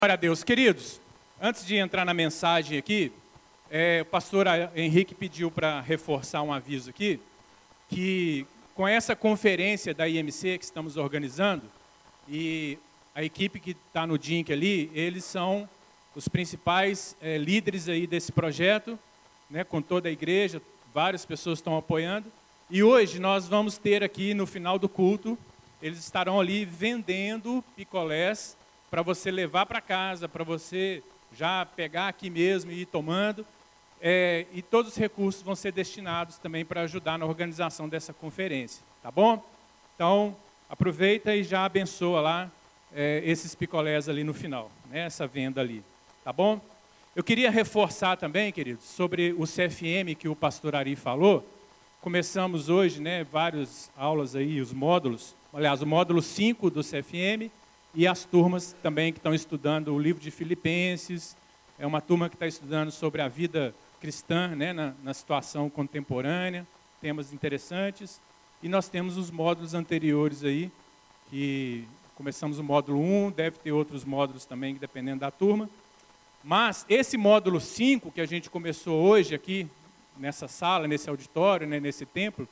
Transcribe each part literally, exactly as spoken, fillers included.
Glória a Deus. Queridos, antes de entrar na mensagem aqui, é, o pastor Henrique pediu para reforçar um aviso aqui, que com essa conferência da I M C que estamos organizando, e a equipe que está no D I N C ali, eles são os principais é, líderes aí desse projeto, né, com toda a igreja, várias pessoas estão apoiando, e hoje nós vamos ter aqui no final do culto, eles estarão ali vendendo picolés, para você levar para casa, para você já pegar aqui mesmo e ir tomando. É, e todos os recursos vão ser destinados também para ajudar na organização dessa conferência, tá bom? Então, aproveita e já abençoa lá é, esses picolés ali no final, né, essa venda ali, tá bom? Eu queria reforçar também, queridos, sobre o C F M que o pastor Ari falou. Começamos hoje, né, várias aulas aí, os módulos, aliás, o módulo cinco do C F M, e as turmas também que estão estudando o livro de Filipenses, é uma turma que está estudando sobre a vida cristã, né, na, na situação contemporânea, temas interessantes. E nós temos os módulos anteriores aí, que começamos o módulo um, deve ter outros módulos também, dependendo da turma. Mas esse módulo cinco, que a gente começou hoje aqui, nessa sala, nesse auditório, né, nesse templo,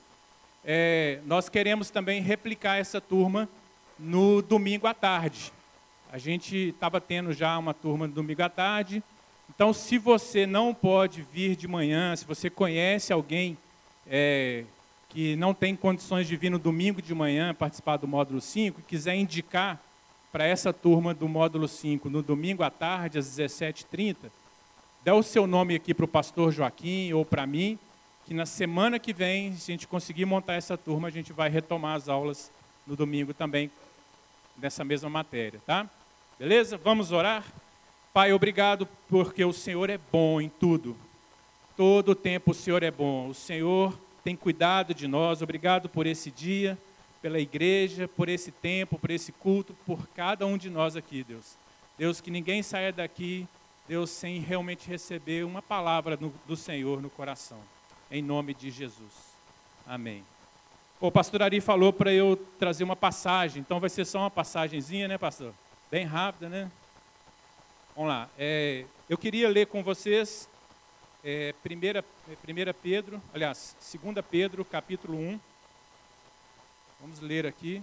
é, nós queremos também replicar essa turma no domingo à tarde. A gente estava tendo já uma turma no domingo à tarde. Então, se você não pode vir de manhã, se você conhece alguém é, que não tem condições de vir no domingo de manhã participar do módulo cinco, quiser indicar para essa turma do módulo cinco no domingo à tarde, às dezessete e trinta, dá o seu nome aqui para o pastor Joaquim ou para mim, que na semana que vem, se a gente conseguir montar essa turma, a gente vai retomar as aulas no domingo também, nessa mesma matéria, tá? Beleza? Vamos orar? Pai, obrigado porque o Senhor é bom em tudo. Todo o tempo o Senhor é bom. O Senhor tem cuidado de nós. Obrigado por esse dia, pela igreja, por esse tempo, por esse culto, por cada um de nós aqui, Deus. Deus, que ninguém saia daqui, Deus, sem realmente receber uma palavra no, do Senhor no coração. Em nome de Jesus. Amém. O pastor Ari falou para eu trazer uma passagem, então vai ser só uma passagenzinha, né, pastor? Bem rápida, né? Vamos lá. É, eu queria ler com vocês é, primeira, primeira Pedro, aliás, segunda Pedro, capítulo um. Vamos ler aqui.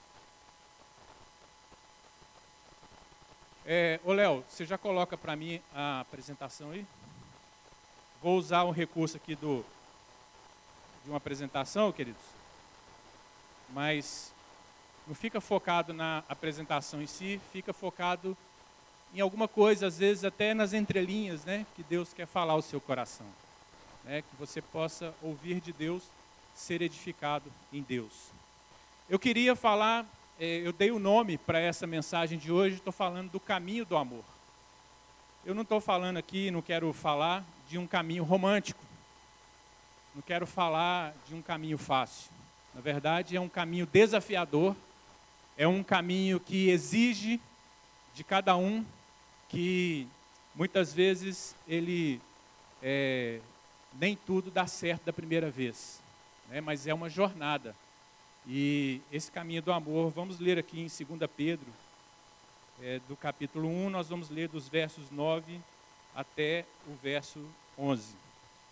É, ô, Léo, você já coloca para mim a apresentação aí? Vou usar um recurso aqui do, de uma apresentação, queridos. Mas não fica focado na apresentação em si, fica focado em alguma coisa, às vezes até nas entrelinhas, né, que Deus quer falar ao seu coração. Né, que você possa ouvir de Deus, ser edificado em Deus. Eu queria falar, eh, eu dei o nome para essa mensagem de hoje, estou falando do caminho do amor. Eu não estou falando aqui, não quero falar de um caminho romântico. Não quero falar de um caminho fácil. Na verdade, é um caminho desafiador, é um caminho que exige de cada um que, muitas vezes, ele é, nem tudo dá certo da primeira vez, né? Mas é uma jornada. E esse caminho do amor, vamos ler aqui em segunda Pedro, é, do capítulo um, nós vamos ler dos versos nove até o verso onze.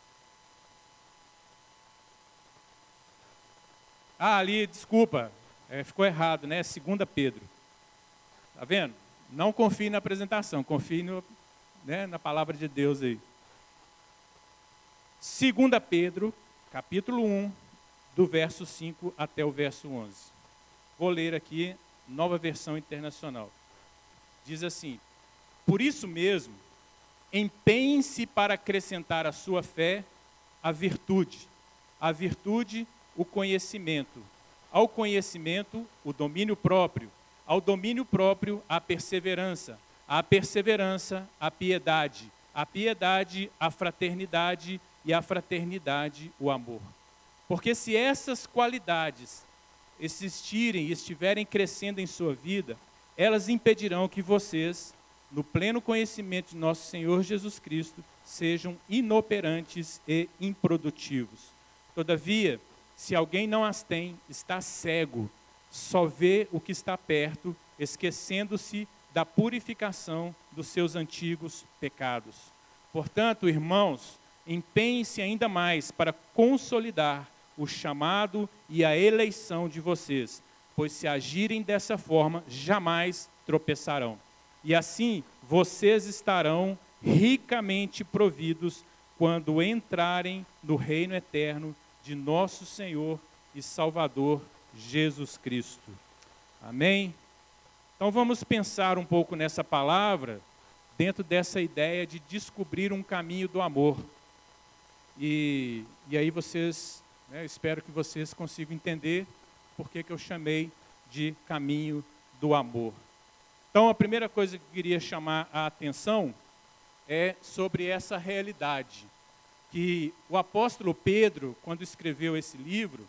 Ah, ali, desculpa, é, ficou errado, né? segunda Pedro. Tá vendo? Não confie na apresentação, confie no, né, na palavra de Deus aí. segunda Pedro, capítulo um, do verso cinco até o verso onze. Vou ler aqui, nova versão internacional. Diz assim: por isso mesmo, empenhe-se para acrescentar à sua fé a virtude, a virtude, o conhecimento, ao conhecimento, o domínio próprio, ao domínio próprio, a perseverança, à perseverança, a piedade, à piedade, a fraternidade e à fraternidade, o amor. Porque se essas qualidades existirem e estiverem crescendo em sua vida, elas impedirão que vocês, no pleno conhecimento de nosso Senhor Jesus Cristo, sejam inoperantes e improdutivos. Todavia, se alguém não as tem, está cego, só vê o que está perto, esquecendo-se da purificação dos seus antigos pecados. Portanto, irmãos, empenhem-se ainda mais para consolidar o chamado e a eleição de vocês, pois se agirem dessa forma, jamais tropeçarão. E assim, vocês estarão ricamente providos quando entrarem no reino eterno de nosso Senhor e Salvador Jesus Cristo. Amém? Então vamos pensar um pouco nessa palavra, dentro dessa ideia de descobrir um caminho do amor. E, e aí vocês, né, espero que vocês consigam entender por que que eu chamei de caminho do amor. Então a primeira coisa que eu queria chamar a atenção é sobre essa realidade, que o apóstolo Pedro, quando escreveu esse livro,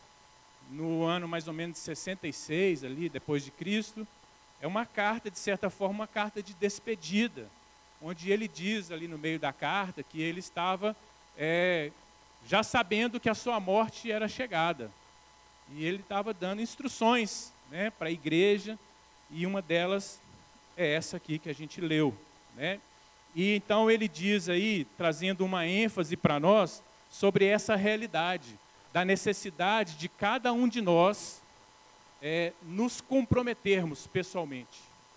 no ano mais ou menos de sessenta e seis, ali, depois de Cristo, é uma carta, de certa forma, uma carta de despedida, onde ele diz ali no meio da carta que ele estava é, já sabendo que a sua morte era chegada. E ele estava dando instruções, né, para a igreja, e uma delas é essa aqui que a gente leu, né? E então ele diz aí, trazendo uma ênfase para nós, sobre essa realidade, da necessidade de cada um de nós é, nos comprometermos pessoalmente,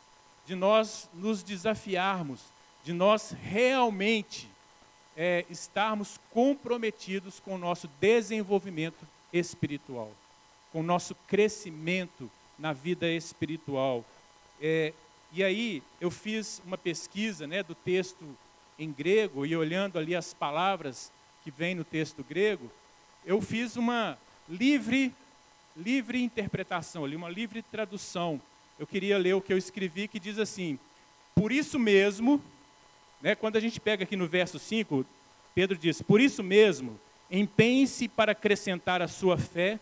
de nós nos desafiarmos, de nós realmente é, estarmos comprometidos com o nosso desenvolvimento espiritual, com o nosso crescimento na vida espiritual. É, e aí eu fiz uma pesquisa, né, do texto em grego, e olhando ali as palavras que vêm no texto grego, eu fiz uma livre, livre interpretação, ali, uma livre tradução. Eu queria ler o que eu escrevi, que diz assim: por isso mesmo, né, quando a gente pega aqui no verso cinco, Pedro diz, por isso mesmo, empenhe-se para acrescentar à sua fé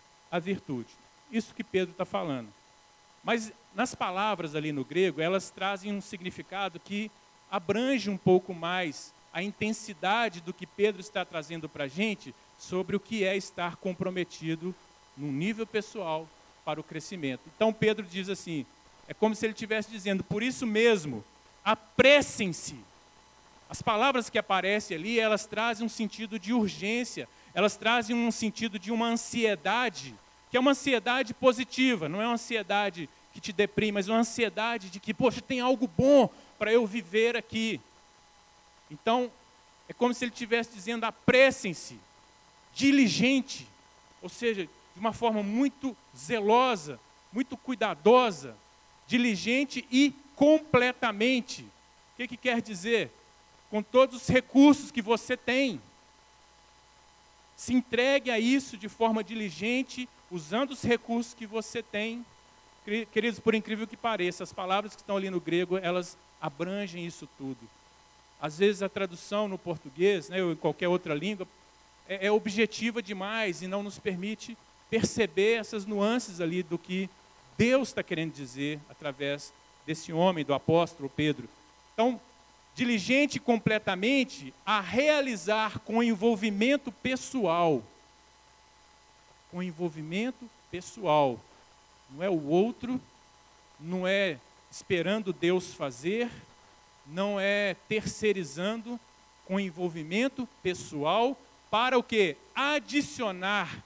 a virtude. Isso que Pedro está falando. Mas nas palavras ali no grego, elas trazem um significado que abrange um pouco mais a intensidade do que Pedro está trazendo para a gente sobre o que é estar comprometido num nível pessoal para o crescimento. Então Pedro diz assim, é como se ele estivesse dizendo, por isso mesmo, apressem-se. As palavras que aparecem ali, elas trazem um sentido de urgência, elas trazem um sentido de uma ansiedade, que é uma ansiedade positiva, não é uma ansiedade que te deprime, mas uma ansiedade de que, poxa, tem algo bom para eu viver aqui. Então, é como se ele estivesse dizendo, apressem-se, diligente, ou seja, de uma forma muito zelosa, muito cuidadosa, diligente e completamente. O que que quer dizer? Com todos os recursos que você tem. Se entregue a isso de forma diligente, usando os recursos que você tem. Queridos, por incrível que pareça, as palavras que estão ali no grego, elas abrangem isso tudo. Às vezes a tradução no português, né, ou em qualquer outra língua, é, é objetiva demais e não nos permite perceber essas nuances ali do que Deus está querendo dizer através desse homem, do apóstolo Pedro. Então, diligente completamente a realizar com envolvimento pessoal. Com envolvimento pessoal. Não é o outro, não é esperando Deus fazer, não é terceirizando, com envolvimento pessoal, para o quê? Adicionar.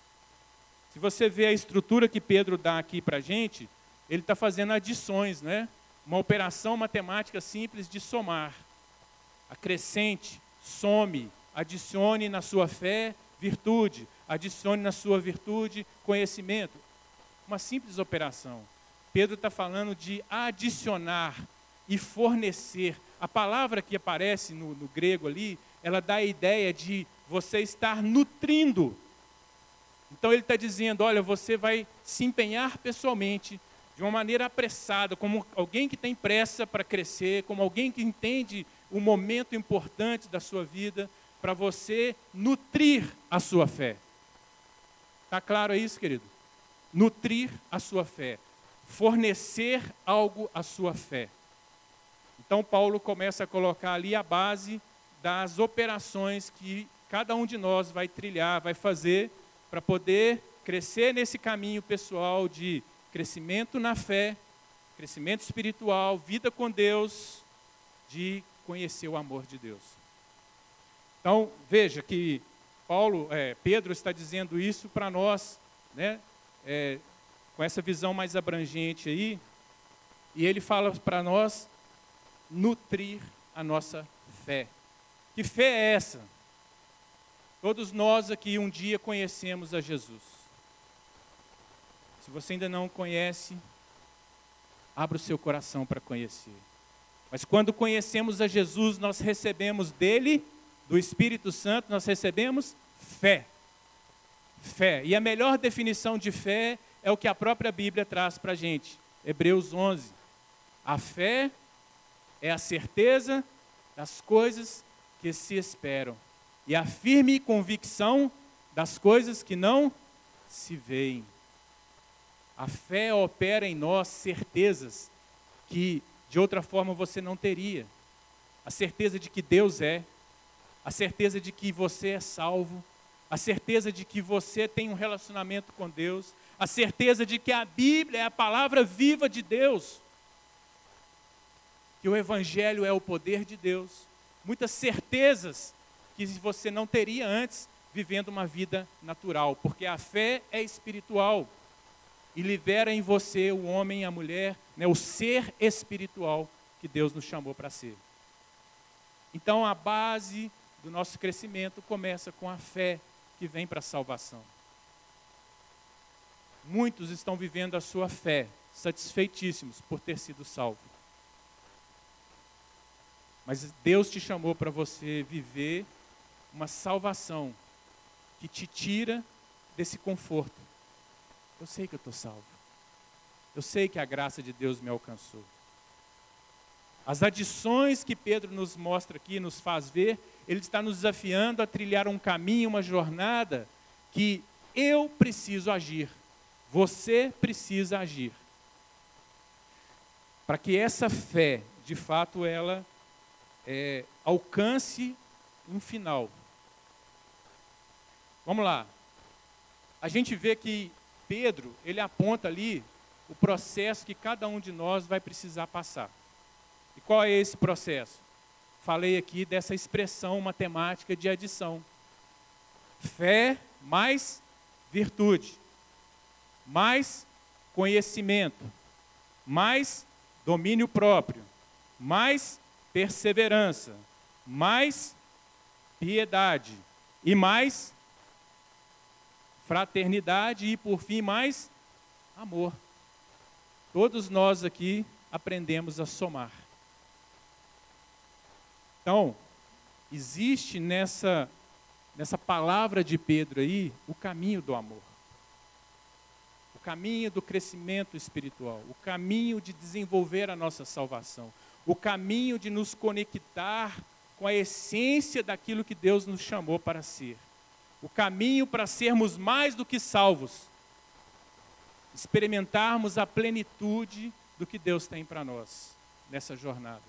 Se você vê a estrutura que Pedro dá aqui para a gente, ele está fazendo adições, né? Uma operação matemática simples de somar. Acrescente, some, adicione na sua fé virtude, adicione na sua virtude conhecimento. Uma simples operação. Pedro está falando de adicionar e fornecer. A palavra que aparece no, no grego ali, ela dá a ideia de você estar nutrindo. Então ele está dizendo, olha, você vai se empenhar pessoalmente, de uma maneira apressada, como alguém que tem pressa para crescer, como alguém que entende o momento importante da sua vida, para você nutrir a sua fé. Está claro isso, querido? Nutrir a sua fé, fornecer algo à sua fé. Então Paulo começa a colocar ali a base das operações que cada um de nós vai trilhar, vai fazer, para poder crescer nesse caminho pessoal de crescimento na fé, crescimento espiritual, vida com Deus, de conhecer o amor de Deus. Então, veja que Paulo, é, Pedro está dizendo isso para nós, né, é, com essa visão mais abrangente aí, e ele fala para nós nutrir a nossa fé. Que fé é essa? Todos nós aqui um dia conhecemos a Jesus. Se você ainda não conhece, abra o seu coração para conhecer. Mas quando conhecemos a Jesus, nós recebemos dele, do Espírito Santo, nós recebemos fé. Fé. E a melhor definição de fé é o que a própria Bíblia traz para a gente. Hebreus onze. A fé é a certeza das coisas que se esperam e a firme convicção das coisas que não se veem. A fé opera em nós certezas que de outra forma você não teria. A certeza de que Deus é, a certeza de que você é salvo, a certeza de que você tem um relacionamento com Deus, a certeza de que a Bíblia é a palavra viva de Deus, que o Evangelho é o poder de Deus. Muitas certezas que você não teria antes vivendo uma vida natural, porque a fé é espiritual e libera em você o homem e a mulher, né, o ser espiritual que Deus nos chamou para ser. Então a base do nosso crescimento começa com a fé que vem para a salvação. Muitos estão vivendo a sua fé, satisfeitíssimos por ter sido salvo. Mas Deus te chamou para você viver uma salvação que te tira desse conforto. Eu sei que eu estou salvo. Eu sei que a graça de Deus me alcançou. As adições que Pedro nos mostra aqui, nos faz ver, ele está nos desafiando a trilhar um caminho, uma jornada que eu preciso agir. Você precisa agir. Para que essa fé, de fato, ela é, alcance um final. Vamos lá. A gente vê que Pedro, ele aponta ali o processo que cada um de nós vai precisar passar. E qual é esse processo? Falei aqui dessa expressão matemática de adição. Fé mais virtude, mais conhecimento, mais domínio próprio, mais perseverança, mais piedade e mais fraternidade e, por fim, mais amor. Todos nós aqui aprendemos a somar. Então, existe nessa, nessa palavra de Pedro aí o caminho do amor. O caminho do crescimento espiritual. O caminho de desenvolver a nossa salvação. O caminho de nos conectar com a essência daquilo que Deus nos chamou para ser. O caminho para sermos mais do que salvos. Experimentarmos a plenitude do que Deus tem para nós nessa jornada.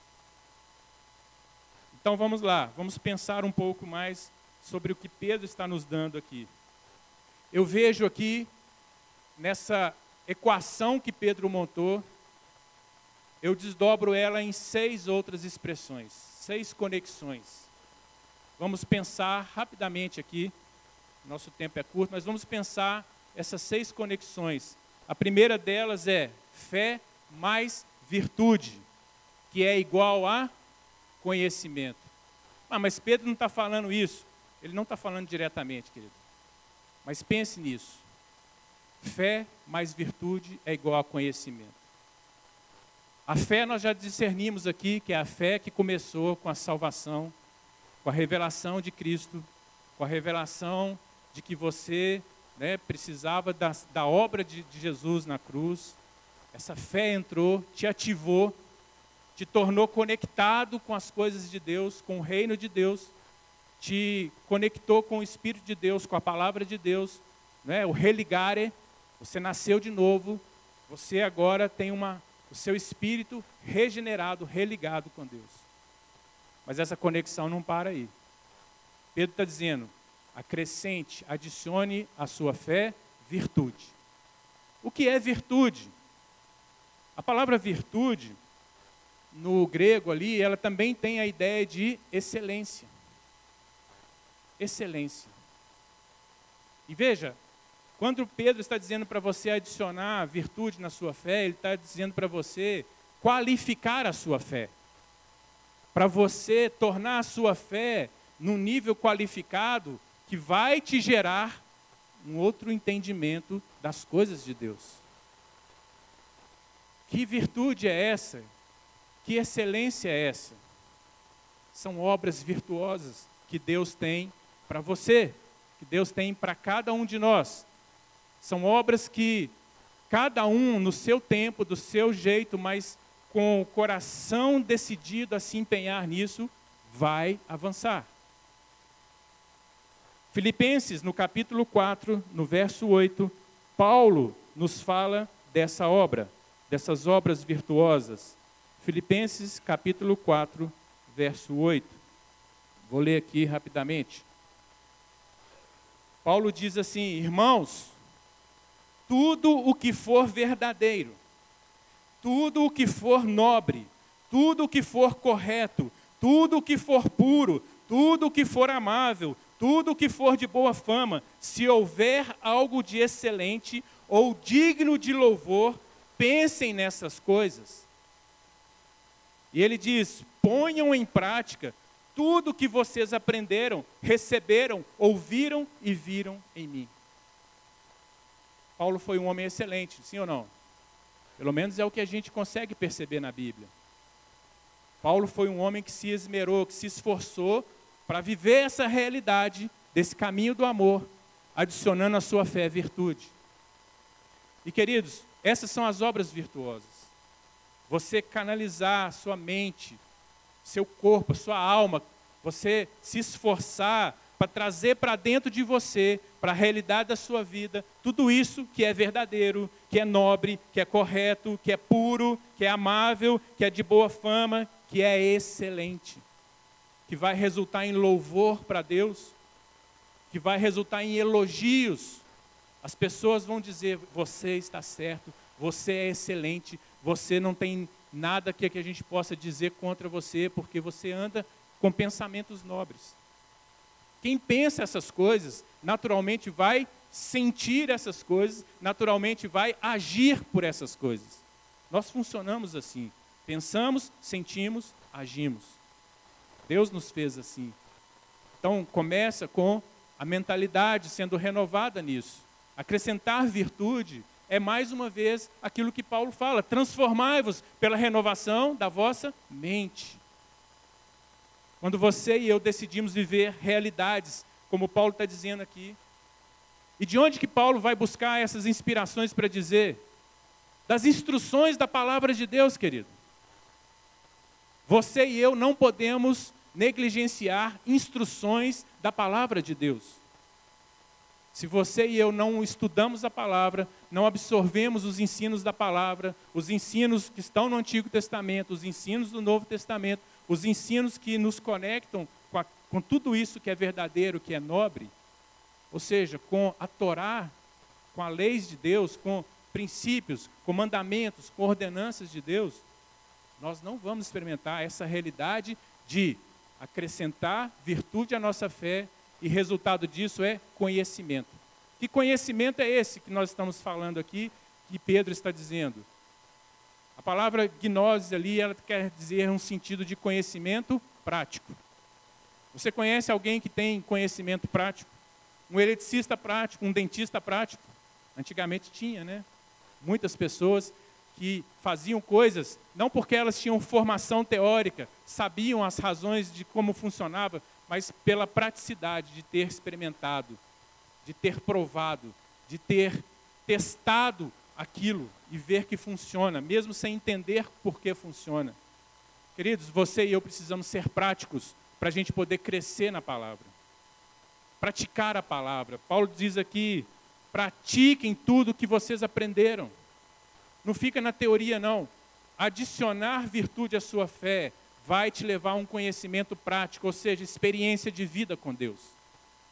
Então vamos lá, vamos pensar um pouco mais sobre o que Pedro está nos dando aqui. Eu vejo aqui, nessa equação que Pedro montou, eu desdobro ela em seis outras expressões, seis conexões. Vamos pensar rapidamente aqui, nosso tempo é curto, mas vamos pensar essas seis conexões. A primeira delas é fé mais virtude, que é igual a conhecimento. Ah, mas Pedro não está falando isso. Ele não está falando diretamente, querido. Mas pense nisso. Fé mais virtude é igual a conhecimento. A fé nós já discernimos aqui, que é a fé que começou com a salvação, com a revelação de Cristo, com a revelação de que você, né, precisava da, da obra de, de Jesus na cruz. Essa fé entrou, te ativou, te tornou conectado com as coisas de Deus, com o reino de Deus, te conectou com o Espírito de Deus, com a palavra de Deus, né? O religare, você nasceu de novo, você agora tem uma, o seu espírito regenerado, religado com Deus. Mas essa conexão não para aí. Pedro está dizendo, acrescente, adicione à sua fé virtude. O que é virtude? A palavra virtude, no grego ali, ela também tem a ideia de excelência. Excelência. E veja, quando Pedro está dizendo para você adicionar virtude na sua fé, ele está dizendo para você qualificar a sua fé. Para você tornar a sua fé num nível qualificado que vai te gerar um outro entendimento das coisas de Deus. Que virtude é essa? Que excelência é essa? São obras virtuosas que Deus tem para você, que Deus tem para cada um de nós. São obras que cada um no seu tempo, do seu jeito, mas com o coração decidido a se empenhar nisso, vai avançar. Filipenses, no capítulo quatro, no verso oito, Paulo nos fala dessa obra, dessas obras virtuosas. Filipenses, capítulo quatro, verso oito. Vou ler aqui rapidamente. Paulo diz assim: irmãos, tudo o que for verdadeiro, tudo o que for nobre, tudo o que for correto, tudo o que for puro, tudo o que for amável, tudo o que for de boa fama, se houver algo de excelente ou digno de louvor, pensem nessas coisas. E ele diz: ponham em prática tudo o que vocês aprenderam, receberam, ouviram e viram em mim. Paulo foi um homem excelente, sim ou não? Pelo menos é o que a gente consegue perceber na Bíblia. Paulo foi um homem que se esmerou, que se esforçou para viver essa realidade desse caminho do amor, adicionando à sua fé virtude. E queridos, essas são as obras virtuosas. Você canalizar sua mente, seu corpo, sua alma, você se esforçar para trazer para dentro de você, para a realidade da sua vida, tudo isso que é verdadeiro, que é nobre, que é correto, que é puro, que é amável, que é de boa fama, que é excelente, que vai resultar em louvor para Deus, que vai resultar em elogios. As pessoas vão dizer: você está certo, você é excelente, você não tem nada que a gente possa dizer contra você, porque você anda com pensamentos nobres. Quem pensa essas coisas, naturalmente vai sentir essas coisas, naturalmente vai agir por essas coisas. Nós funcionamos assim. Pensamos, sentimos, agimos. Deus nos fez assim. Então, começa com a mentalidade sendo renovada nisso. Acrescentar virtude é, mais uma vez, aquilo que Paulo fala: transformai-vos pela renovação da vossa mente. Quando você e eu decidimos viver realidades, como Paulo está dizendo aqui. E de onde que Paulo vai buscar essas inspirações para dizer? Das instruções da palavra de Deus, querido. Você e eu não podemos negligenciar instruções da palavra de Deus. Se você e eu não estudamos a palavra, não absorvemos os ensinos da palavra, os ensinos que estão no Antigo Testamento, os ensinos do Novo Testamento, os ensinos que nos conectam com, a, com tudo isso que é verdadeiro, que é nobre, ou seja, com a Torá, com a lei de Deus, com princípios, com mandamentos, com ordenanças de Deus, nós não vamos experimentar essa realidade de acrescentar virtude à nossa fé, e resultado disso é conhecimento. Que conhecimento é esse que nós estamos falando aqui, que Pedro está dizendo? A palavra gnose ali, ela quer dizer um sentido de conhecimento prático. Você conhece alguém que tem conhecimento prático? Um eletricista prático, um dentista prático? Antigamente tinha, né? Muitas pessoas que faziam coisas, não porque elas tinham formação teórica, sabiam as razões de como funcionava, mas pela praticidade de ter experimentado, de ter provado, de ter testado aquilo e ver que funciona, mesmo sem entender por que funciona. Queridos, você e eu precisamos ser práticos para a gente poder crescer na palavra. Praticar a palavra. Paulo diz aqui: pratiquem tudo o que vocês aprenderam. Não fica na teoria, não. Adicionar virtude à sua fé vai te levar a um conhecimento prático, ou seja, experiência de vida com Deus.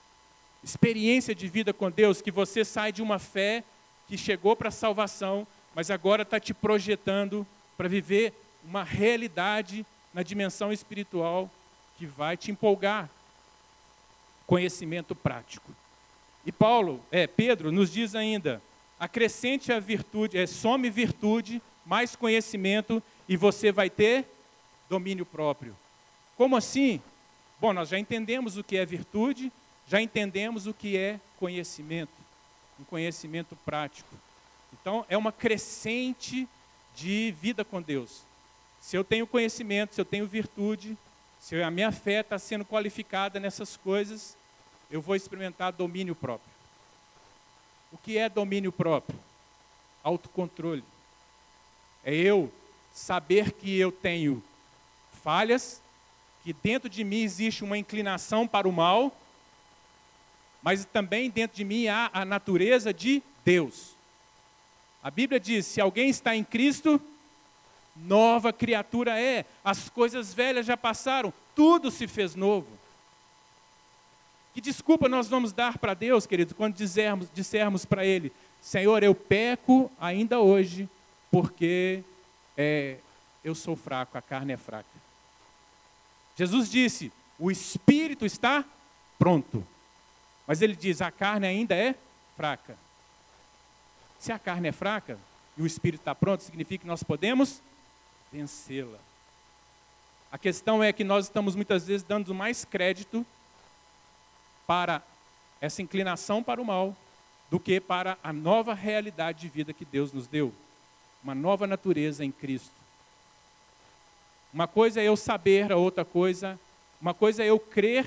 Experiência de vida com Deus, que você sai de uma fé que chegou para a salvação, mas agora está te projetando para viver uma realidade na dimensão espiritual que vai te empolgar. Conhecimento prático. E Paulo, é, Pedro nos diz ainda, acrescente a virtude, é, some virtude, mais conhecimento e você vai ter domínio próprio. Como assim? Bom, nós já entendemos o que é virtude, já entendemos o que é conhecimento, um conhecimento prático. Então, é uma crescente de vida com Deus. Se eu tenho conhecimento, se eu tenho virtude, se a minha fé está sendo qualificada nessas coisas, eu vou experimentar domínio próprio. O que é domínio próprio? Autocontrole. É eu saber que eu tenho falhas, que dentro de mim existe uma inclinação para o mal, mas também dentro de mim há a natureza de Deus. A Bíblia diz, se alguém está em Cristo, nova criatura é. As coisas velhas já passaram, tudo se fez novo. Que desculpa nós vamos dar para Deus, querido, quando dizermos, dissermos para Ele, Senhor, eu peco ainda hoje, porque é, eu sou fraco, a carne é fraca. Jesus disse, o Espírito está pronto, mas Ele diz, a carne ainda é fraca. Se a carne é fraca e o Espírito está pronto, significa que nós podemos vencê-la. A questão é que nós estamos muitas vezes dando mais crédito para essa inclinação para o mal do que para a nova realidade de vida que Deus nos deu. Uma nova natureza em Cristo. Uma coisa é eu saber, a outra coisa, uma coisa é eu crer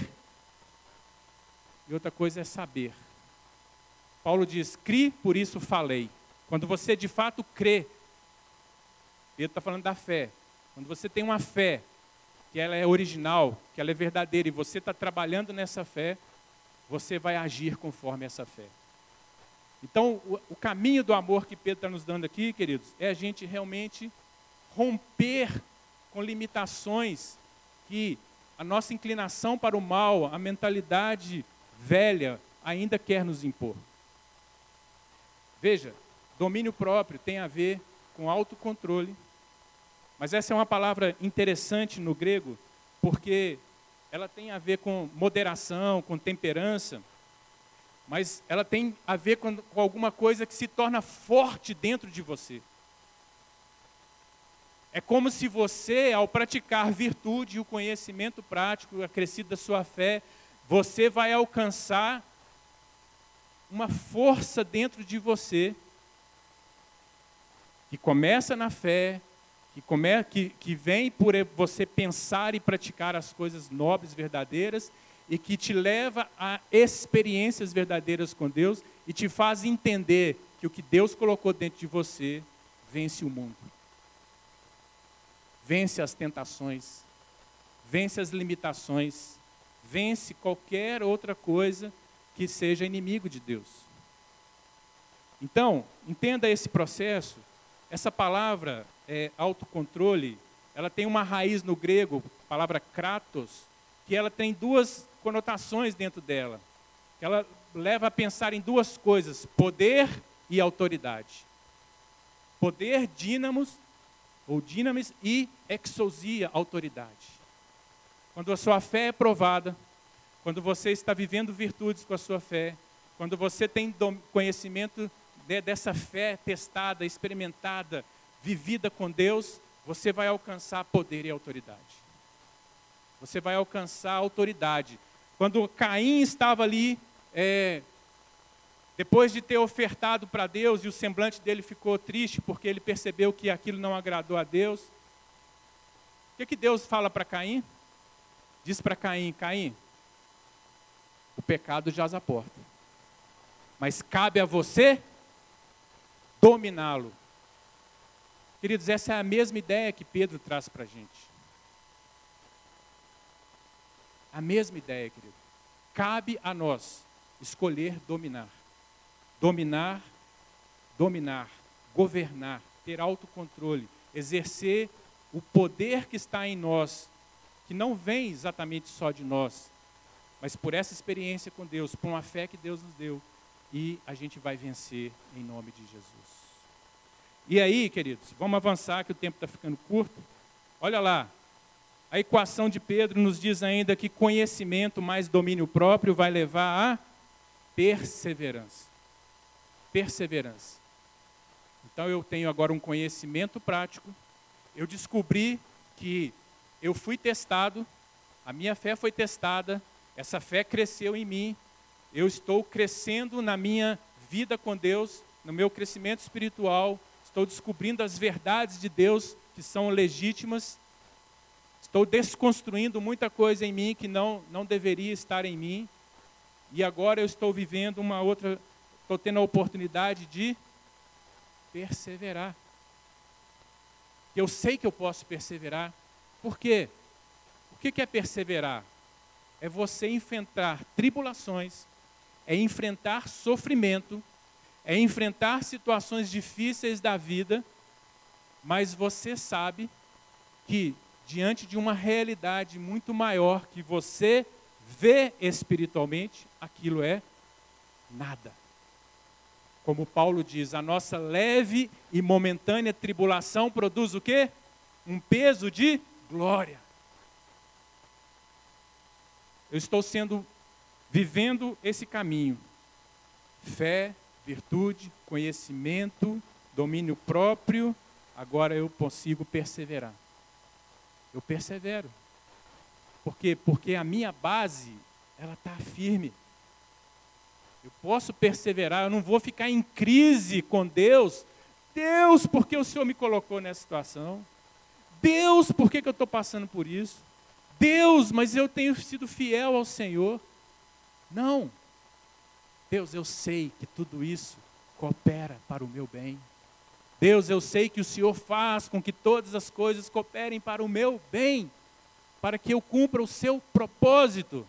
e outra coisa é saber. Paulo diz, cri, por isso falei. Quando você de fato crê, Pedro está falando da fé. Quando você tem uma fé, que ela é original, que ela é verdadeira, e você está trabalhando nessa fé, você vai agir conforme essa fé. Então, o, o caminho do amor que Pedro está nos dando aqui, queridos, é a gente realmente romper com limitações que a nossa inclinação para o mal, a mentalidade velha, ainda quer nos impor. Veja, domínio próprio tem a ver com autocontrole, mas essa é uma palavra interessante no grego, porque ela tem a ver com moderação, com temperança, mas ela tem a ver com, com alguma coisa que se torna forte dentro de você. É como se você, ao praticar virtude e o conhecimento prático acrescido da sua fé, você vai alcançar uma força dentro de você que começa na fé, que, come, que, que vem por você pensar e praticar as coisas nobres, verdadeiras, e que te leva a experiências verdadeiras com Deus e te faz entender que o que Deus colocou dentro de você vence o mundo. Vence as tentações, vence as limitações, vence qualquer outra coisa que seja inimigo de Deus. Então, entenda esse processo. Essa palavra, é, autocontrole, ela tem uma raiz no grego, a palavra kratos, que ela tem duas conotações dentro dela. Ela leva a pensar em duas coisas, poder e autoridade. Poder, dínamos, ou dinamis, e exousia, autoridade. Quando a sua fé é provada, quando você está vivendo virtudes com a sua fé, quando você tem conhecimento de, dessa fé testada, experimentada, vivida com Deus, você vai alcançar poder e autoridade. Você vai alcançar autoridade. Quando Caim estava ali, é, depois de ter ofertado para Deus, e o semblante dele ficou triste, porque ele percebeu que aquilo não agradou a Deus, o que, que Deus fala para Caim? Diz para Caim, Caim, o pecado jaz à porta, mas cabe a você dominá-lo. Queridos, essa é a mesma ideia que Pedro traz para a gente. A mesma ideia, querido. Cabe a nós escolher dominar. Dominar, dominar, governar, ter autocontrole, exercer o poder que está em nós, que não vem exatamente só de nós, mas por essa experiência com Deus, por uma fé que Deus nos deu, e a gente vai vencer em nome de Jesus. E aí, queridos, vamos avançar que o tempo está ficando curto. Olha lá, a equação de Pedro nos diz ainda que conhecimento mais domínio próprio vai levar a perseverança. Perseverança. Então eu tenho agora um conhecimento prático. Eu descobri que eu fui testado, a minha fé foi testada, essa fé cresceu em mim. Eu estou crescendo na minha vida com Deus, no meu crescimento espiritual. Estou descobrindo as verdades de Deus que são legítimas. Estou desconstruindo muita coisa em mim que não, não deveria estar em mim. E agora eu estou vivendo uma outra, estou tendo a oportunidade de perseverar. Eu sei que eu posso perseverar. Por quê? O que é perseverar? É você enfrentar tribulações, é enfrentar sofrimento, é enfrentar situações difíceis da vida, mas você sabe que diante de uma realidade muito maior que você vê espiritualmente, aquilo é nada. Como Paulo diz, a nossa leve e momentânea tribulação produz o quê? Um peso de glória. Eu estou sendo, vivendo esse caminho. Fé, virtude, conhecimento, domínio próprio, agora eu consigo perseverar. Eu persevero. Por quê? Porque a minha base, ela está firme. Eu posso perseverar, eu não vou ficar em crise com Deus. Deus, por que o Senhor me colocou nessa situação? Deus, por que, que eu estou passando por isso? Deus, mas eu tenho sido fiel ao Senhor. Não. Deus, eu sei que tudo isso coopera para o meu bem. Deus, eu sei que o Senhor faz com que todas as coisas cooperem para o meu bem, para que eu cumpra o seu propósito.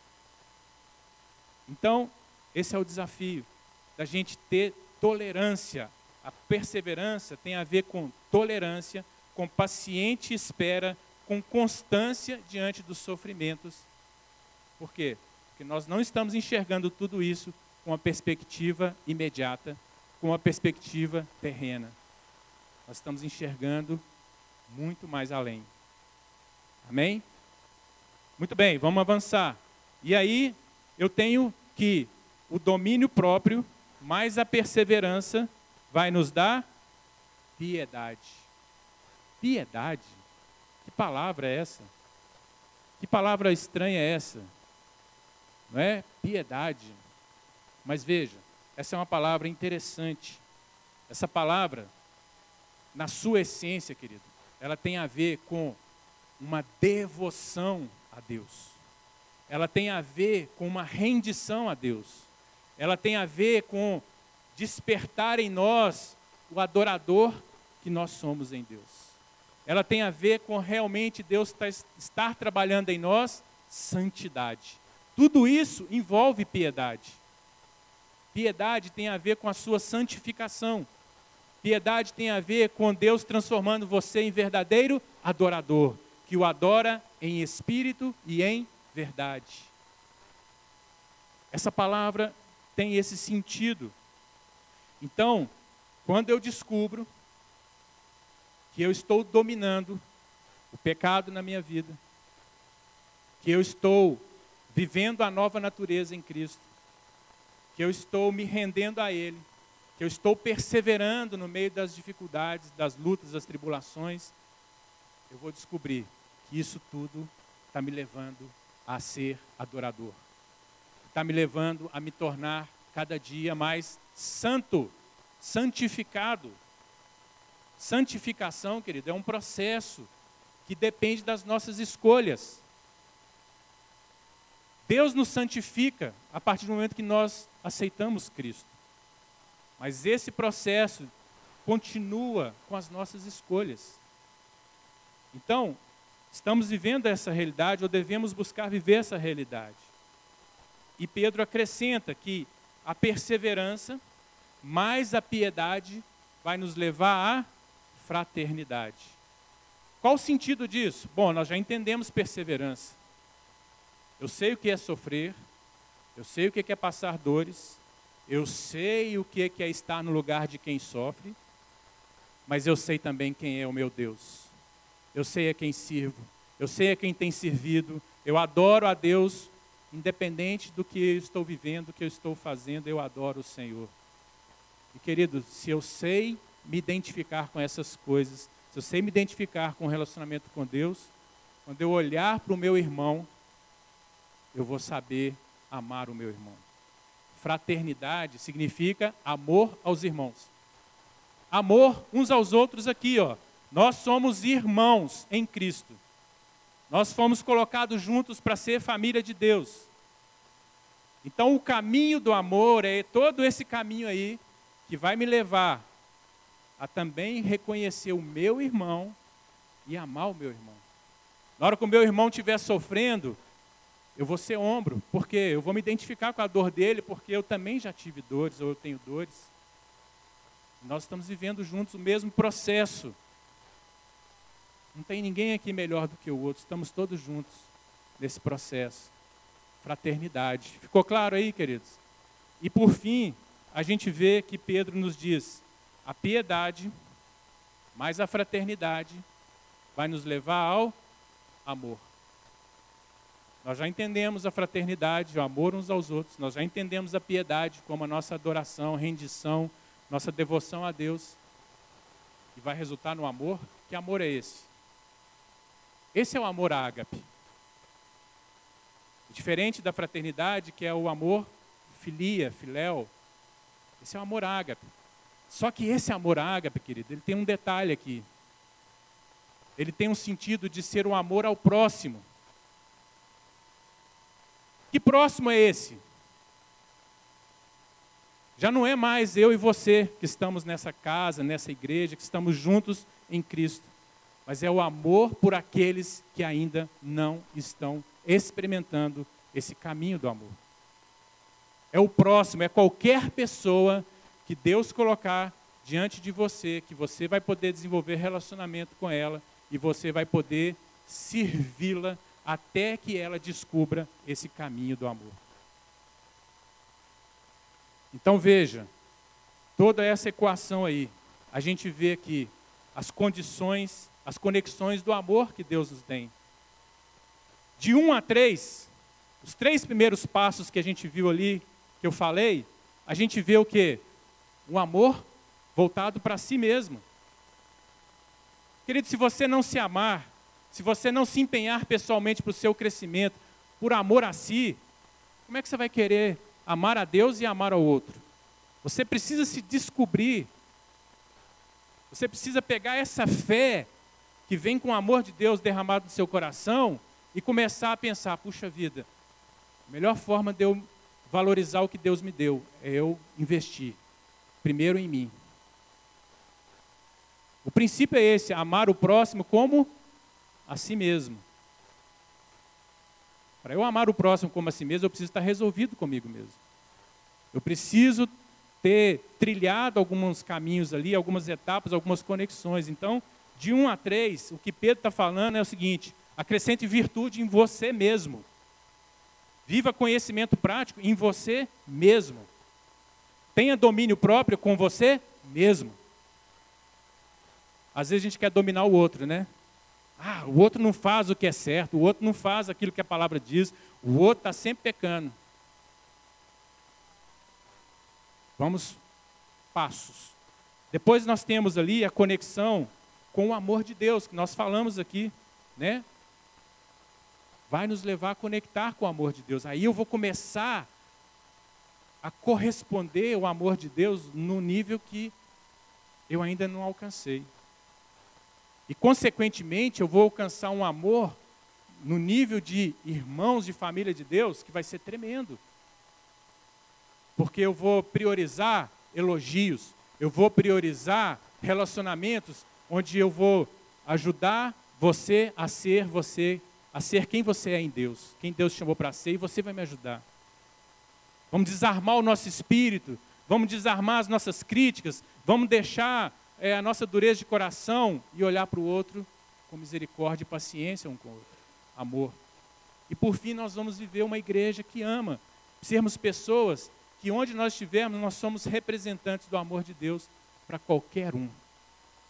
Então, esse é o desafio, da gente ter tolerância. A perseverança tem a ver com tolerância, com paciente espera, com constância diante dos sofrimentos. Por quê? Porque nós não estamos enxergando tudo isso com uma perspectiva imediata, com uma perspectiva terrena. Nós estamos enxergando muito mais além. Amém? Muito bem, vamos avançar. E aí, eu tenho que o domínio próprio, mais a perseverança, vai nos dar piedade. Piedade? Que palavra é essa? Que palavra estranha é essa? Não é? Piedade. Mas veja, essa é uma palavra interessante. Essa palavra, na sua essência, querido, ela tem a ver com uma devoção a Deus. Ela tem a ver com uma rendição a Deus. Ela tem a ver com despertar em nós o adorador que nós somos em Deus. Ela tem a ver com realmente Deus estar trabalhando em nós santidade. Tudo isso envolve piedade. Piedade tem a ver com a sua santificação. Piedade tem a ver com Deus transformando você em verdadeiro adorador, que o adora em espírito e em verdade. Essa palavra tem esse sentido. Então, quando eu descubro que eu estou dominando o pecado na minha vida, que eu estou vivendo a nova natureza em Cristo, que eu estou me rendendo a Ele, que eu estou perseverando no meio das dificuldades, das lutas, das tribulações, eu vou descobrir que isso tudo está me levando a ser adorador. Está me levando a me tornar cada dia mais santo, santificado. Santificação, querido, é um processo que depende das nossas escolhas. Deus nos santifica a partir do momento que nós aceitamos Cristo. Mas esse processo continua com as nossas escolhas. Então, estamos vivendo essa realidade, ou devemos buscar viver essa realidade. E Pedro acrescenta que a perseverança, mais a piedade, vai nos levar à fraternidade. Qual o sentido disso? Bom, nós já entendemos perseverança. Eu sei o que é sofrer, eu sei o que é passar dores, eu sei o que é estar no lugar de quem sofre, mas eu sei também quem é o meu Deus. Eu sei a quem sirvo, eu sei a quem tem servido, eu adoro a Deus, independente do que eu estou vivendo, do que eu estou fazendo, eu adoro o Senhor. E querido, se eu sei me identificar com essas coisas, se eu sei me identificar com o relacionamento com Deus, quando eu olhar para o meu irmão, eu vou saber amar o meu irmão. Fraternidade significa amor aos irmãos. Amor uns aos outros aqui, ó. Nós somos irmãos em Cristo. Nós fomos colocados juntos para ser família de Deus. Então o caminho do amor é todo esse caminho aí que vai me levar a também reconhecer o meu irmão e amar o meu irmão. Na hora que o meu irmão estiver sofrendo, eu vou ser ombro, porque eu vou me identificar com a dor dele, porque eu também já tive dores, ou eu tenho dores. Nós estamos vivendo juntos o mesmo processo. Não tem ninguém aqui melhor do que o outro, estamos todos juntos nesse processo. Fraternidade. Ficou claro aí, queridos? E por fim, a gente vê que Pedro nos diz, a piedade, mais a fraternidade, vai nos levar ao amor. Nós já entendemos a fraternidade, o amor uns aos outros, nós já entendemos a piedade como a nossa adoração, rendição, nossa devoção a Deus. E vai resultar no amor. Que amor é esse? Esse é o amor ágape. Diferente da fraternidade, que é o amor filia, filéu. Esse é o amor ágape. Só que esse amor ágape, querido, ele tem um detalhe aqui. Ele tem um sentido de ser um amor ao próximo. Que próximo é esse? Já não é mais eu e você que estamos nessa casa, nessa igreja, que estamos juntos em Cristo. Mas é o amor por aqueles que ainda não estão experimentando esse caminho do amor. É o próximo, é qualquer pessoa que Deus colocar diante de você, que você vai poder desenvolver relacionamento com ela e você vai poder servi-la até que ela descubra esse caminho do amor. Então veja, toda essa equação aí, a gente vê aqui as condições, as conexões do amor que Deus nos tem. De um a três, os três primeiros passos que a gente viu ali, que eu falei, a gente vê o quê? Um amor voltado para si mesmo. Querido, se você não se amar, se você não se empenhar pessoalmente para o seu crescimento, por amor a si, como é que você vai querer amar a Deus e amar ao outro? Você precisa se descobrir. Você precisa pegar essa fé que vem com o amor de Deus derramado no seu coração e começar a pensar, puxa vida, a melhor forma de eu valorizar o que Deus me deu é eu investir primeiro em mim. O princípio é esse, amar o próximo como a si mesmo. Para eu amar o próximo como a si mesmo, eu preciso estar resolvido comigo mesmo. Eu preciso ter trilhado alguns caminhos ali, algumas etapas, algumas conexões. Então, de um a três, o que Pedro está falando é o seguinte, acrescente virtude em você mesmo. Viva conhecimento prático em você mesmo. Tenha domínio próprio com você mesmo. Às vezes a gente quer dominar o outro, né? Ah, o outro não faz o que é certo, o outro não faz aquilo que a palavra diz, o outro está sempre pecando. Vamos, passos. Depois nós temos ali a conexão com o amor de Deus, que nós falamos aqui, né? Vai nos levar a conectar com o amor de Deus. Aí eu vou começar a corresponder ao amor de Deus no nível que eu ainda não alcancei. E, consequentemente, eu vou alcançar um amor no nível de irmãos de família de Deus que vai ser tremendo. Porque eu vou priorizar elogios, eu vou priorizar relacionamentos onde eu vou ajudar você a ser você, a ser quem você é em Deus, quem Deus chamou para ser, e você vai me ajudar. Vamos desarmar o nosso espírito, vamos desarmar as nossas críticas, vamos deixar é, a nossa dureza de coração e olhar para o outro com misericórdia e paciência um com o outro, amor. E por fim nós vamos viver uma igreja que ama, sermos pessoas que onde nós estivermos nós somos representantes do amor de Deus para qualquer um.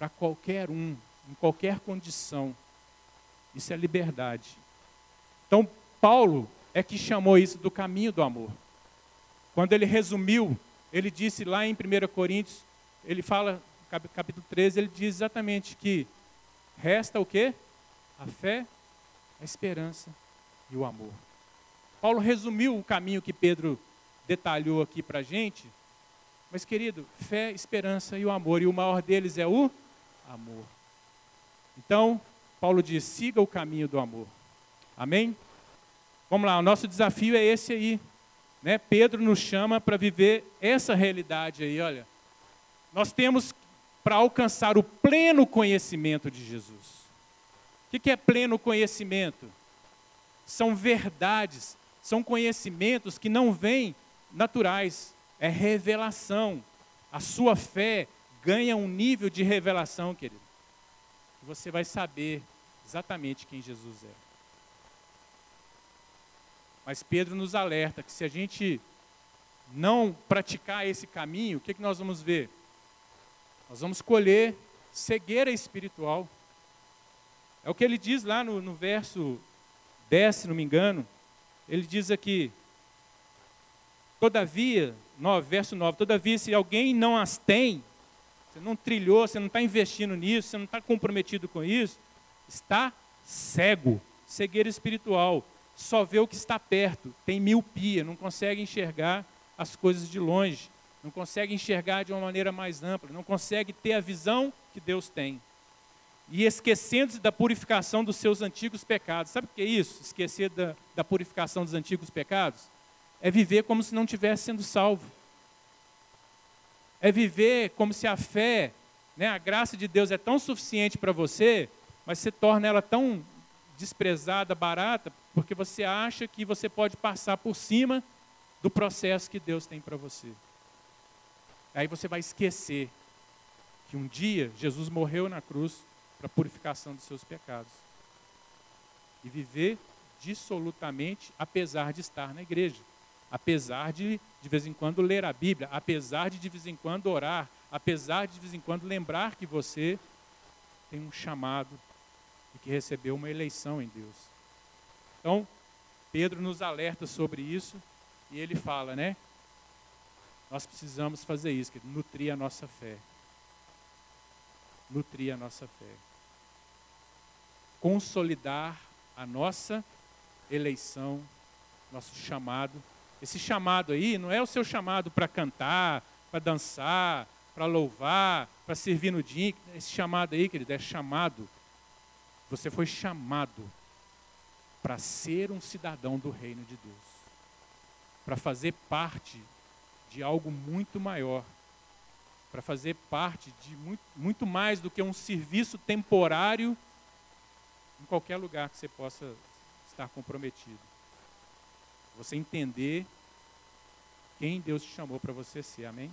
para qualquer um, em qualquer condição. Isso é liberdade. Então, Paulo é que chamou isso do caminho do amor. Quando ele resumiu, ele disse lá em primeira Coríntios, ele fala, capítulo treze, ele diz exatamente que resta o quê? A fé, a esperança e o amor. Paulo resumiu o caminho que Pedro detalhou aqui para a gente, mas, querido, fé, esperança e o amor, e o maior deles é o amor. Então, Paulo diz, siga o caminho do amor. Amém? Vamos lá, o nosso desafio é esse aí. Né? Pedro nos chama para viver essa realidade aí, olha. Nós temos para alcançar o pleno conhecimento de Jesus. O que é pleno conhecimento? São verdades, são conhecimentos que não vêm naturais, é revelação. A sua fé ganha um nível de revelação, querido. Você vai saber exatamente quem Jesus é. Mas Pedro nos alerta que se a gente não praticar esse caminho, o que, que nós vamos ver? Nós vamos colher cegueira espiritual. É o que ele diz lá no, no verso dez, se não me engano. Ele diz aqui, todavia, nove, verso nove, todavia se alguém não as tem, você não trilhou, você não está investindo nisso, você não está comprometido com isso, está cego, cegueira espiritual, só vê o que está perto, tem miopia, não consegue enxergar as coisas de longe, não consegue enxergar de uma maneira mais ampla, não consegue ter a visão que Deus tem. E esquecendo-se da purificação dos seus antigos pecados. Sabe o que é isso? Esquecer da, da purificação dos antigos pecados? É viver como se não estivesse sendo salvo. É viver como se a fé, né, a graça de Deus é tão suficiente para você, mas você torna ela tão desprezada, barata, porque você acha que você pode passar por cima do processo que Deus tem para você. Aí você vai esquecer que um dia Jesus morreu na cruz para a purificação dos seus pecados. E viver dissolutamente, apesar de estar na igreja. Apesar de, de vez em quando, ler a Bíblia. Apesar de, de vez em quando, orar. Apesar de, de vez em quando, lembrar que você tem um chamado e que recebeu uma eleição em Deus. Então, Pedro nos alerta sobre isso e ele fala, né? Nós precisamos fazer isso, nutrir a nossa fé. Nutrir a nossa fé. Consolidar a nossa eleição, nosso chamado. Esse chamado aí não é o seu chamado para cantar, para dançar, para louvar, para servir no dia. Esse chamado aí, querido, é chamado. Você foi chamado para ser um cidadão do reino de Deus. Para fazer parte de algo muito maior. Para fazer parte de muito, muito mais do que um serviço temporário em qualquer lugar que você possa estar comprometido. Você entender quem Deus te chamou para você ser, amém?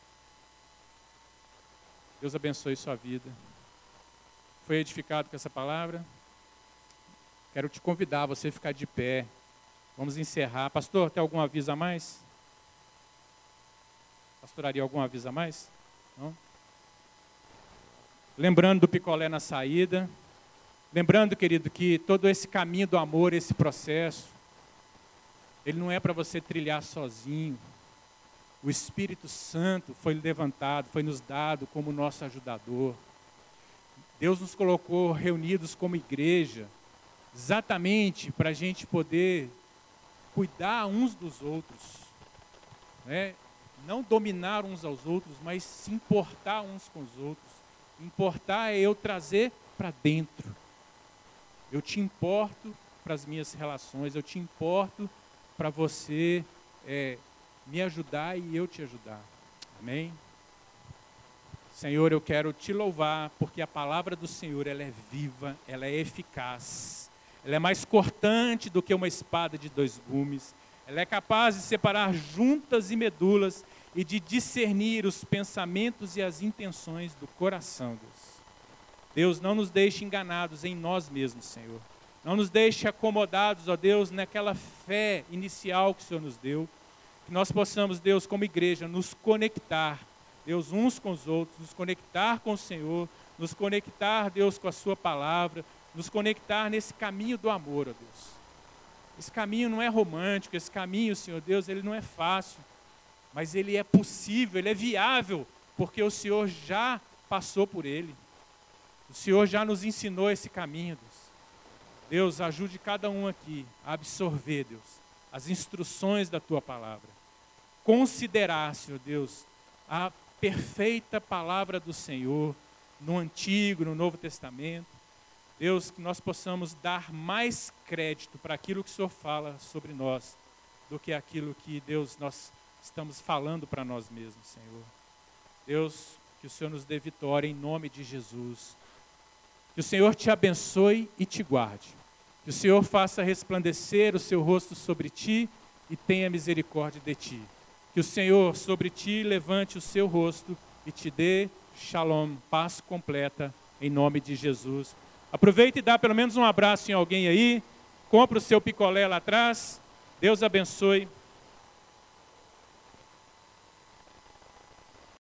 Deus abençoe sua vida. Foi edificado com essa palavra? Quero te convidar a você ficar de pé. Vamos encerrar. Pastor, tem algum aviso a mais? Pastoraria, algum aviso a mais? Não? Lembrando do picolé na saída. Lembrando, querido, que todo esse caminho do amor, esse processo, ele não é para você trilhar sozinho. O Espírito Santo foi levantado, foi nos dado como nosso ajudador. Deus nos colocou reunidos como igreja, exatamente para a gente poder cuidar uns dos outros, né? Não dominar uns aos outros, mas se importar uns com os outros. Importar é eu trazer para dentro. Eu te importo para as minhas relações, eu te importo para você é, me ajudar e eu te ajudar. Amém? Senhor, eu quero te louvar, porque a palavra do Senhor, ela é viva, ela é eficaz. Ela é mais cortante do que uma espada de dois gumes. Ela é capaz de separar juntas e medulas e de discernir os pensamentos e as intenções do coração, Deus. Deus, não nos deixe enganados em nós mesmos, Senhor. Não nos deixe acomodados, ó Deus, naquela fé inicial que o Senhor nos deu. Que nós possamos, Deus, como igreja, nos conectar, Deus, uns com os outros, nos conectar com o Senhor, nos conectar, Deus, com a sua palavra, nos conectar nesse caminho do amor, ó Deus. Esse caminho não é romântico, esse caminho, Senhor Deus, ele não é fácil, mas ele é possível, ele é viável, porque o Senhor já passou por ele. O Senhor já nos ensinou esse caminho, Deus. Deus, ajude cada um aqui a absorver, Deus, as instruções da Tua palavra. Considerar, Senhor Deus, a perfeita palavra do Senhor, no Antigo, no Novo Testamento. Deus, que nós possamos dar mais crédito para aquilo que o Senhor fala sobre nós, do que aquilo que, Deus, nós estamos falando para nós mesmos, Senhor. Deus, que o Senhor nos dê vitória em nome de Jesus. Que o Senhor te abençoe e te guarde. Que o Senhor faça resplandecer o seu rosto sobre ti e tenha misericórdia de ti. Que o Senhor sobre ti levante o seu rosto e te dê shalom, paz completa, em nome de Jesus. Aproveite e dá pelo menos um abraço em alguém aí. Compre o seu picolé lá atrás. Deus abençoe.